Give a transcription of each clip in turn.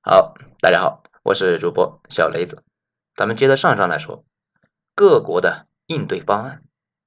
好，大家好，我是主播小雷子。咱们接着上章来说，各国的应对方案。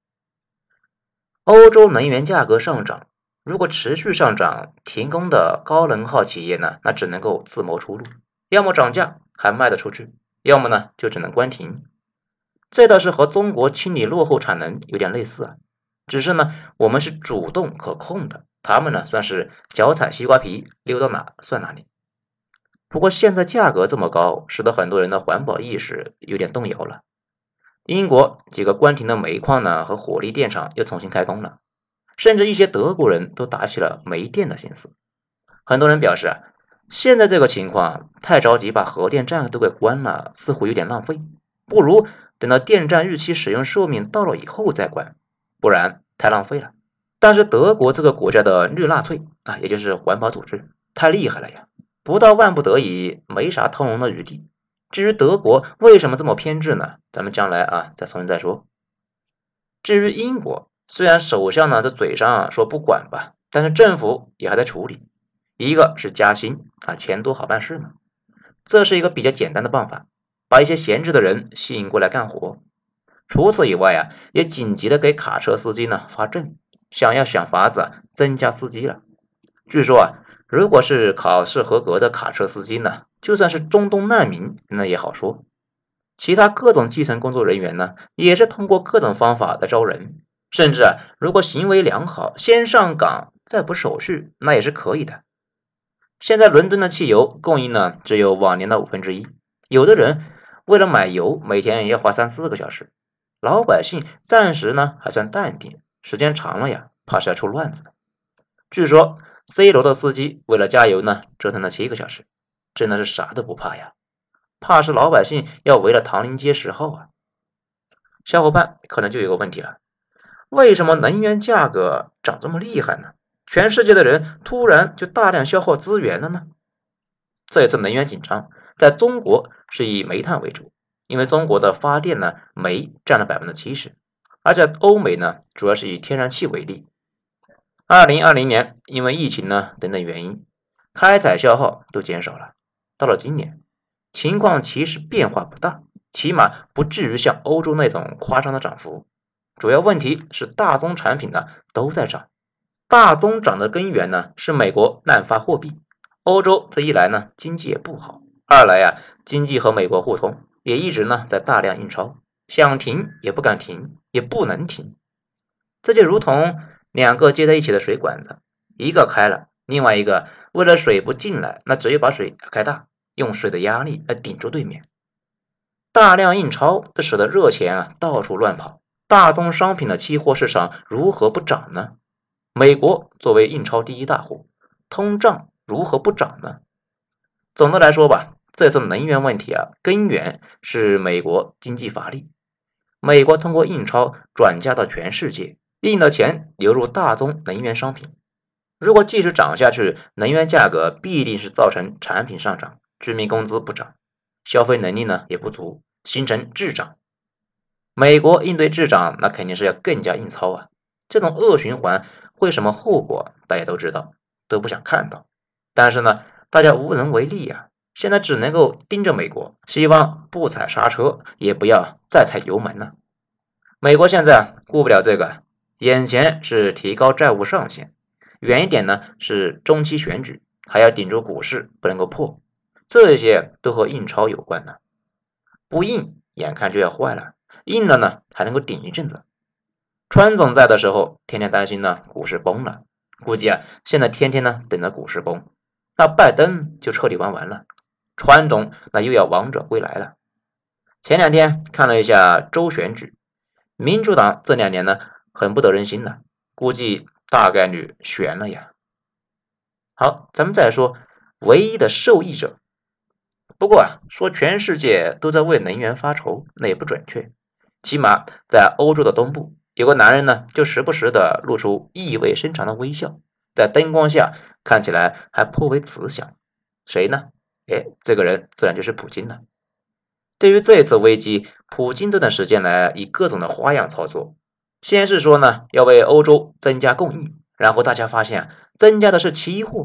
欧洲能源价格上涨，如果持续上涨，停工的高能耗企业呢，那只能够自谋出路，要么涨价还卖得出去，要么呢就只能关停。这倒是和中国清理落后产能有点类似啊，只是呢我们是主动可控的，他们呢算是脚踩西瓜皮，溜到哪算哪里。不过现在价格这么高，使得很多人的环保意识有点动摇了。英国几个关停的煤矿呢和火力电厂又重新开工了，甚至一些德国人都打起了煤电的心思。很多人表示啊，现在这个情况太着急把核电站都给关了，似乎有点浪费，不如等到电站日期使用寿命到了以后再关，不然太浪费了。但是德国这个国家的绿纳粹啊，也就是环保组织太厉害了呀，不到万不得已没啥通融的余地。至于德国为什么这么偏执呢？咱们将来再重新再说。至于英国，虽然首相呢这嘴上说不管吧，但是政府也还在处理。一个是加薪钱多好办事呢，这是一个比较简单的办法，把一些闲置的人吸引过来干活。除此以外也紧急的给卡车司机呢发证，想法子增加司机了。据说如果是考试合格的卡车司机呢，就算是中东难民那也好说。其他各种基层工作人员呢，也是通过各种方法在招人，甚至如果行为良好，先上岗再补手续，那也是可以的。现在伦敦的汽油供应呢，只有往年的1/5，有的人为了买油，每天也要花3-4个小时。老百姓暂时呢还算淡定，时间长了怕是要出乱子。据说 C 罗的司机为了加油呢，折腾了7个小时，真的是啥都不怕呀，怕是老百姓要围了唐宁街10号啊。小伙伴可能就有个问题了，为什么能源价格涨这么厉害呢？全世界的人突然就大量消耗资源了呢？这次能源紧张，在中国是以煤炭为主，因为中国的发电呢，煤占了70%，而在欧美呢，主要是以天然气为例。2020年因为疫情呢等等原因，开采消耗都减少了。到了今年，情况其实变化不大，起码不至于像欧洲那种夸张的涨幅。主要问题是大宗产品呢都在涨，大宗涨的根源呢是美国滥发货币，欧洲这一来呢经济也不好，二来经济和美国互通，也一直呢在大量印钞，想停也不敢停，也不能停。这就如同两个接在一起的水管子，一个开了，另外一个为了水不进来，那只有把水开大，用水的压力来顶住对面。大量印钞，这使得热钱到处乱跑，大宗商品的期货市场如何不涨呢？美国作为印钞第一大户，通胀如何不涨呢？总的来说吧，这次能源问题根源是美国经济乏力。美国通过印钞转嫁到全世界，印的钱流入大宗能源商品。如果继续涨下去，能源价格必定是造成产品上涨，居民工资不涨，消费能力呢也不足，形成滞涨。美国应对滞涨，那肯定是要更加印钞这种恶循环会什么后果，大家都知道，都不想看到。但是呢，大家无能为力现在只能够盯着美国，希望不踩刹车，也不要再踩油门了。美国现在顾不了这个，眼前是提高债务上限，远一点呢是中期选举，还要顶住股市不能够破，这些都和印钞有关呢。不印眼看就要坏了，印了呢还能够顶一阵子。川总在的时候天天担心呢股市崩了，估计现在天天呢等着股市崩，那拜登就彻底玩完了，川总那又要王者归来了。前两天看了一下州选举，民主党这2年呢很不得人心的，估计大概率悬了呀。好，咱们再说唯一的受益者。不过说全世界都在为能源发愁，那也不准确。起码在欧洲的东部，有个男人呢，就时不时的露出意味深长的微笑，在灯光下看起来还颇为慈祥。谁呢？这个人自然就是普京了。对于这次危机，普京这段时间来以各种的花样操作。先是说呢，要为欧洲增加供应，然后大家发现增加的是期货，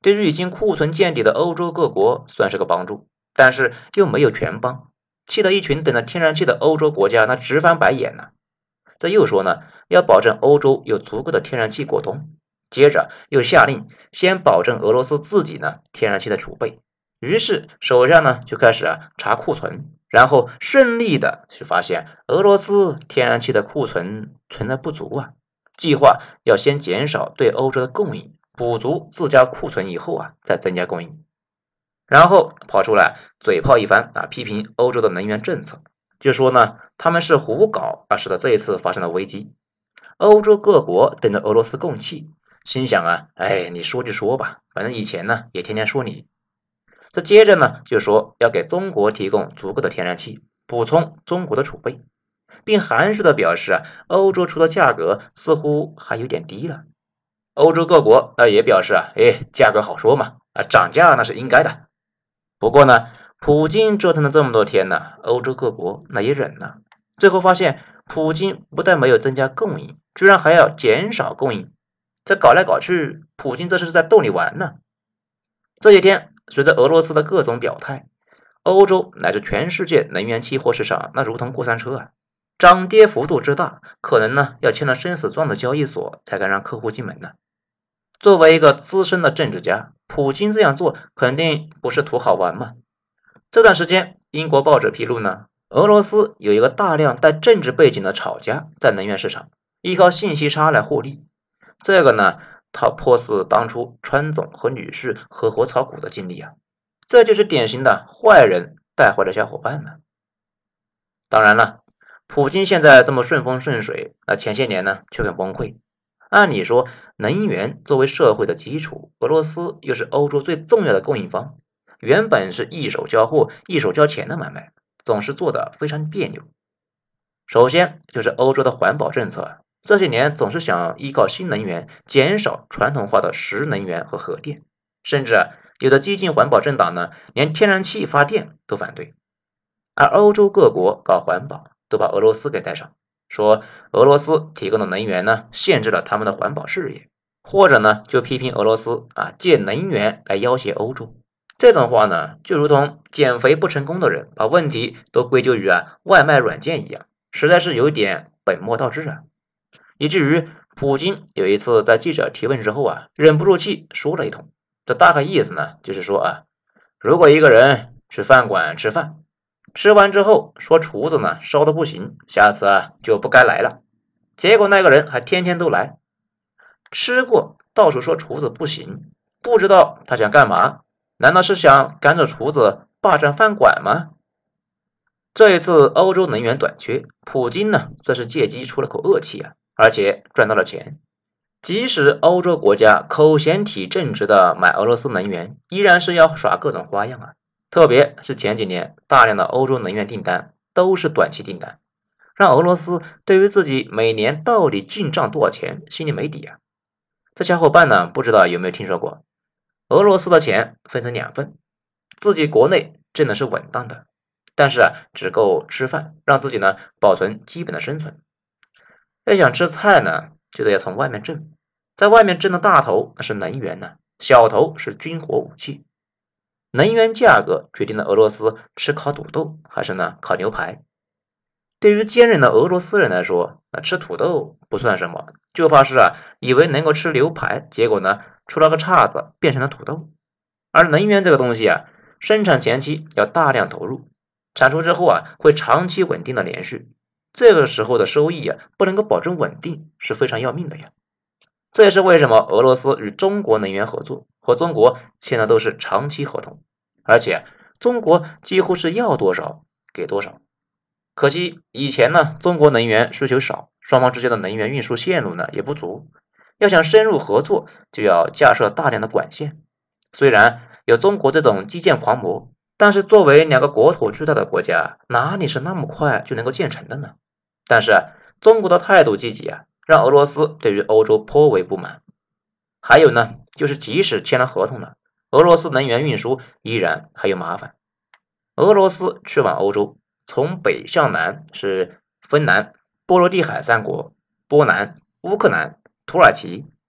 对于已经库存见底的欧洲各国算是个帮助，但是又没有全帮，气得一群等着天然气的欧洲国家那直翻白眼呢。这又说呢，要保证欧洲有足够的天然气过冬，接着又下令先保证俄罗斯自己呢天然气的储备。于是手下呢就开始查库存，然后顺利的去发现俄罗斯天然气的库存存在不足啊，计划要先减少对欧洲的供应，补足自家库存以后再增加供应。然后跑出来嘴炮一番批评欧洲的能源政策，就说呢他们是胡搞使得这一次发生了危机。欧洲各国等着俄罗斯供气，心想你说就说吧，反正以前呢也天天说你。这接着呢就说要给中国提供足够的天然气，补充中国的储备，并含蓄的表示欧洲出的价格似乎还有点低了。欧洲各国也表示价格好说嘛，涨价那是应该的。不过呢，普京折腾了这么多天呢，欧洲各国那也忍了。最后发现，普京不但没有增加供应，居然还要减少供应。这搞来搞去，普京这是在逗你玩呢。这些天，随着俄罗斯的各种表态，欧洲乃至全世界能源期货市场那如同过山车涨跌幅度之大，可能呢要签了生死状的交易所才敢让客户进门呢。作为一个资深的政治家，普京这样做肯定不是图好玩嘛。这段时间，英国报纸披露呢，俄罗斯有一个大量带政治背景的炒家在能源市场依靠信息差来获利。这个呢，他颇似当初川总和女婿合伙炒股的经历这就是典型的坏人带坏了小伙伴呢。当然了，普京现在这么顺风顺水，那前些年呢却很崩溃。按理说，能源作为社会的基础，俄罗斯又是欧洲最重要的供应方，原本是一手交货一手交钱的买卖，总是做得非常别扭。首先就是欧洲的环保政策这些年总是想依靠新能源减少传统化的石能源和核电，甚至有的激进环保政党呢，连天然气发电都反对。而欧洲各国搞环保都把俄罗斯给带上，说俄罗斯提供的能源呢，限制了他们的环保事业，或者呢就批评俄罗斯借能源来要挟欧洲。这种话呢，就如同减肥不成功的人把问题都归咎于外卖软件一样，实在是有一点本末倒置以至于普京有一次在记者提问之后忍不住气说了一通。这大概意思呢，就是说如果一个人去饭馆吃饭，吃完之后说厨子呢烧的不行，下次就不该来了。结果那个人还天天都来，吃过到处说厨子不行，不知道他想干嘛？难道是想赶走厨子霸占饭馆吗？这一次欧洲能源短缺，普京呢算是借机出了口恶气而且赚到了钱。即使欧洲国家口嫌体正直的买俄罗斯能源，依然是要耍各种花样特别是前几年大量的欧洲能源订单都是短期订单，让俄罗斯对于自己每年到底进账多少钱心里没底这小伙伴呢不知道有没有听说过，俄罗斯的钱分成两份，自己国内挣的是稳当的，但是只够吃饭，让自己呢保存基本的生存。要想吃菜呢，就得要从外面挣，在外面挣的大头那是能源呢，小头是军火武器。能源价格决定了俄罗斯吃烤土豆还是呢烤牛排。对于坚韧的俄罗斯人来说，吃土豆不算什么，就怕是以为能够吃牛排，结果呢出了个岔子，变成了土豆。而能源这个东西生产前期要大量投入，产出之后会长期稳定的连续，这个时候的收益不能够保证稳定，是非常要命的这也是为什么俄罗斯与中国能源合作和中国签的都是长期合同，而且中国几乎是要多少给多少。可惜以前呢，中国能源需求少，双方之间的能源运输线路呢也不足，要想深入合作，就要架设大量的管线。虽然有中国这种基建狂魔，但是作为两个国土巨大的国家，哪里是那么快就能够建成的呢？但是中国的态度积极让俄罗斯对于欧洲颇为不满。还有呢，就是即使签了合同了，俄罗斯能源运输依然还有麻烦。俄罗斯去往欧洲，从北向南是芬兰、波罗的海三国、波兰、乌克兰、土耳其，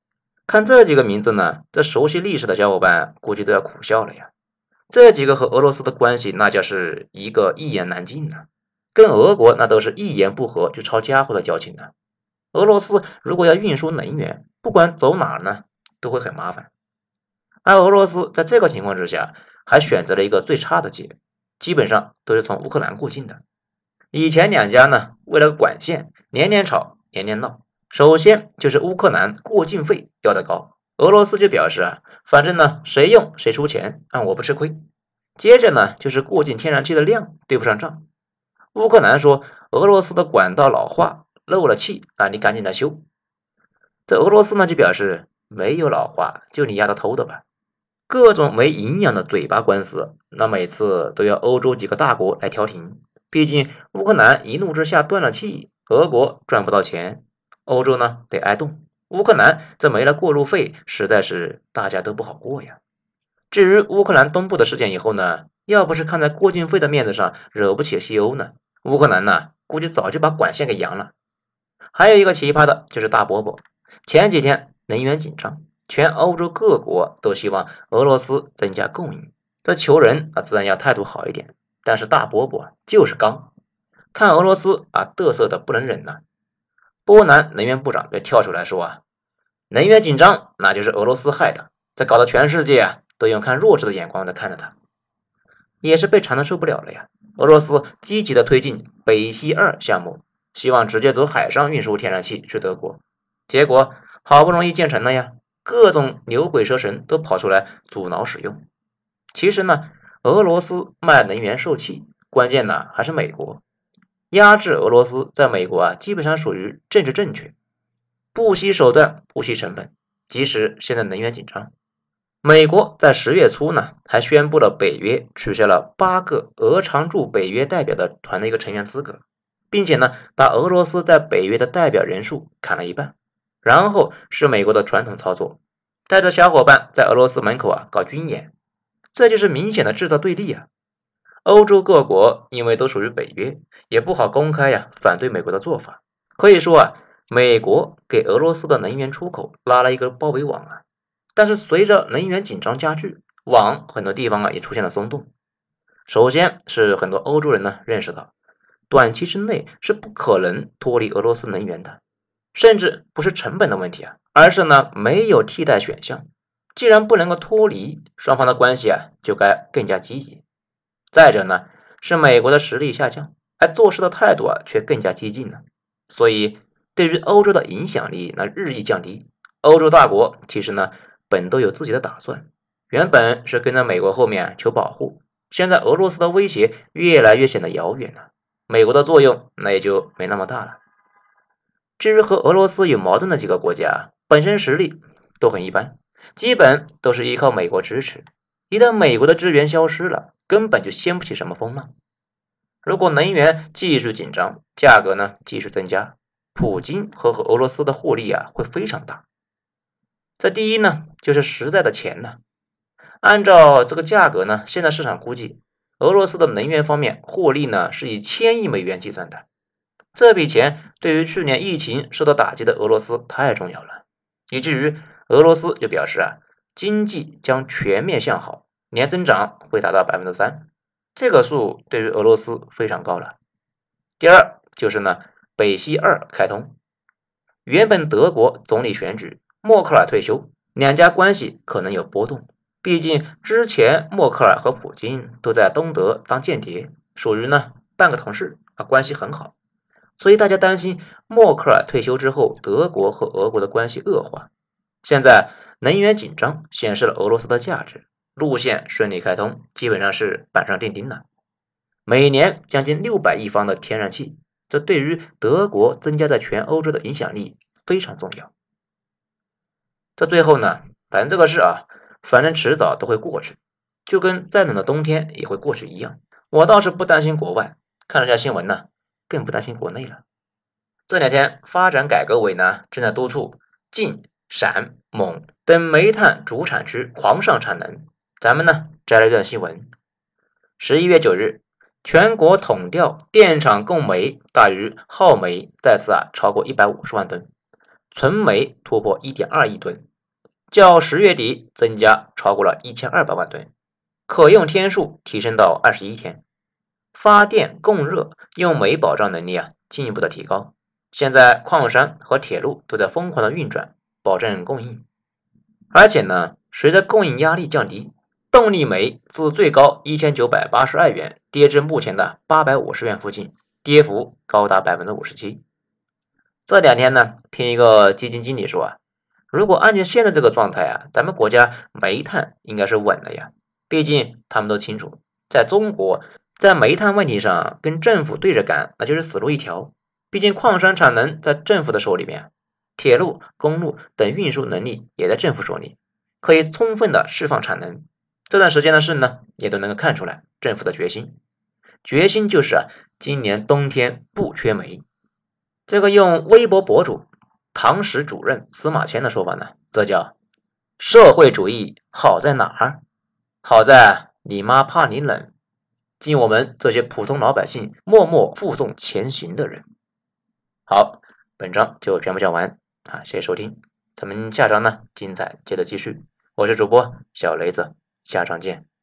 看这几个名字呢，这熟悉历史的小伙伴估计都要苦笑了呀。这几个和俄罗斯的关系那就是一个一言难尽呢，跟俄国那都是一言不合就抄家伙的交情呢。俄罗斯如果要运输能源，不管走哪呢，都会很麻烦。而俄罗斯在这个情况之下，还选择了一个最差的界，基本上都是从乌克兰过境的。以前两家呢，为了管线，年年吵，年年闹。首先就是乌克兰过境费要得高，俄罗斯就表示反正呢谁用谁出钱，我不吃亏。接着呢就是过境天然气的量对不上账，乌克兰说俄罗斯的管道老化漏了气你赶紧来修。这俄罗斯呢就表示没有老化，就你丫头偷的吧。各种没营养的嘴巴官司，那每次都要欧洲几个大国来调停。毕竟乌克兰一怒之下断了气，俄国赚不到钱，欧洲呢得挨冻，乌克兰这没了过路费，实在是大家都不好过呀。至于乌克兰东部的事件以后呢，要不是看在过境费的面子上惹不起西欧呢，乌克兰呢估计早就把管线给扬了。还有一个奇葩的就是大伯伯，前几天能源紧张，全欧洲各国都希望俄罗斯增加供应，这求人自然要态度好一点，但是大伯伯就是刚，看俄罗斯嘚瑟的不能忍呐。波兰能源部长就跳出来说能源紧张那就是俄罗斯害的，这搞得全世界都用看弱智的眼光在看着他，也是被缠得受不了了呀。俄罗斯积极的推进北溪2项目，希望直接走海上运输天然气去德国，结果好不容易建成了呀，各种牛鬼蛇神都跑出来阻挠使用。其实呢，俄罗斯卖能源受气，关键呢还是美国压制俄罗斯，在美国基本上属于政治正确，不惜手段不惜成本。即使现在能源紧张，美国在10月初呢还宣布了北约取消了8个俄常驻北约代表的团的一个成员资格，并且呢把俄罗斯在北约的代表人数砍了一半。然后是美国的传统操作，带着小伙伴在俄罗斯门口搞军演，这就是明显的制造对立欧洲各国因为都属于北约，也不好公开反对美国的做法。可以说美国给俄罗斯的能源出口拉了一个包围网但是随着能源紧张加剧，网很多地方也出现了松动。首先是很多欧洲人呢认识到，短期之内是不可能脱离俄罗斯能源的，甚至不是成本的问题而是呢没有替代选项。既然不能够脱离，双方的关系就该更加积极。再者呢，是美国的实力下降，而做事的态度却更加激进了，所以对于欧洲的影响力日益降低。欧洲大国其实呢本都有自己的打算，原本是跟在美国后面求保护，现在俄罗斯的威胁越来越显得遥远了，美国的作用那也就没那么大了。至于和俄罗斯有矛盾的几个国家，本身实力都很一般，基本都是依靠美国支持，一旦美国的支援消失了，根本就掀不起什么风浪。如果能源继续紧张，价格呢继续增加，普京和俄罗斯的获利会非常大。这第一呢就是实在的钱呢，按照这个价格呢，现在市场估计俄罗斯的能源方面获利呢是以1000亿美元计算的，这笔钱对于去年疫情受到打击的俄罗斯太重要了，以至于俄罗斯就表示经济将全面向好，年增长会达到 3%， 这个数对于俄罗斯非常高了。第二就是呢北溪2开通，原本德国总理选举，默克尔退休，两家关系可能有波动，毕竟之前默克尔和普京都在东德当间谍，属于呢半个同事关系很好，所以大家担心默克尔退休之后德国和俄国的关系恶化。现在能源紧张显示了俄罗斯的价值，路线顺利开通，基本上是板上钉钉了。每年将近600亿方的天然气，这对于德国增加在全欧洲的影响力非常重要。这最后呢，反正这个事反正迟早都会过去，就跟再冷的冬天也会过去一样。我倒是不担心国外，看了下新闻呢，更不担心国内了。这两天发展改革委呢正在督促晋、陕、蒙等煤炭主产区狂上产能。咱们呢摘了一段新闻。11月9日，全国统调电厂供煤大于耗煤再次超过150万吨，纯煤突破 1.2 亿吨， 较10月底增加超过了1200万吨，可用天数提升到21天，发电供热用煤保障能力进一步的提高。现在矿山和铁路都在疯狂的运转，保证供应。而且呢，随着供应压力降低，动力煤自最高1982元跌至目前的850元附近，跌幅高达57%。这2天呢，听一个基金经理说如果按照现在这个状态咱们国家煤炭应该是稳了呀。毕竟他们都清楚，在中国，在煤炭问题上跟政府对着干，那就是死路一条。毕竟矿山产能在政府的手里面，铁路、公路等运输能力也在政府手里，可以充分的释放产能。这段时间的事呢，也都能够看出来政府的决心。决心就是今年冬天不缺煤。这个用微博博主唐史主任司马迁的说法呢，这叫社会主义好在哪儿？好在你妈怕你冷，敬我们这些普通老百姓默默负重前行的人。好，本章就全部讲完谢谢收听，咱们下章呢精彩接着继续。我是主播小雷子，下章见。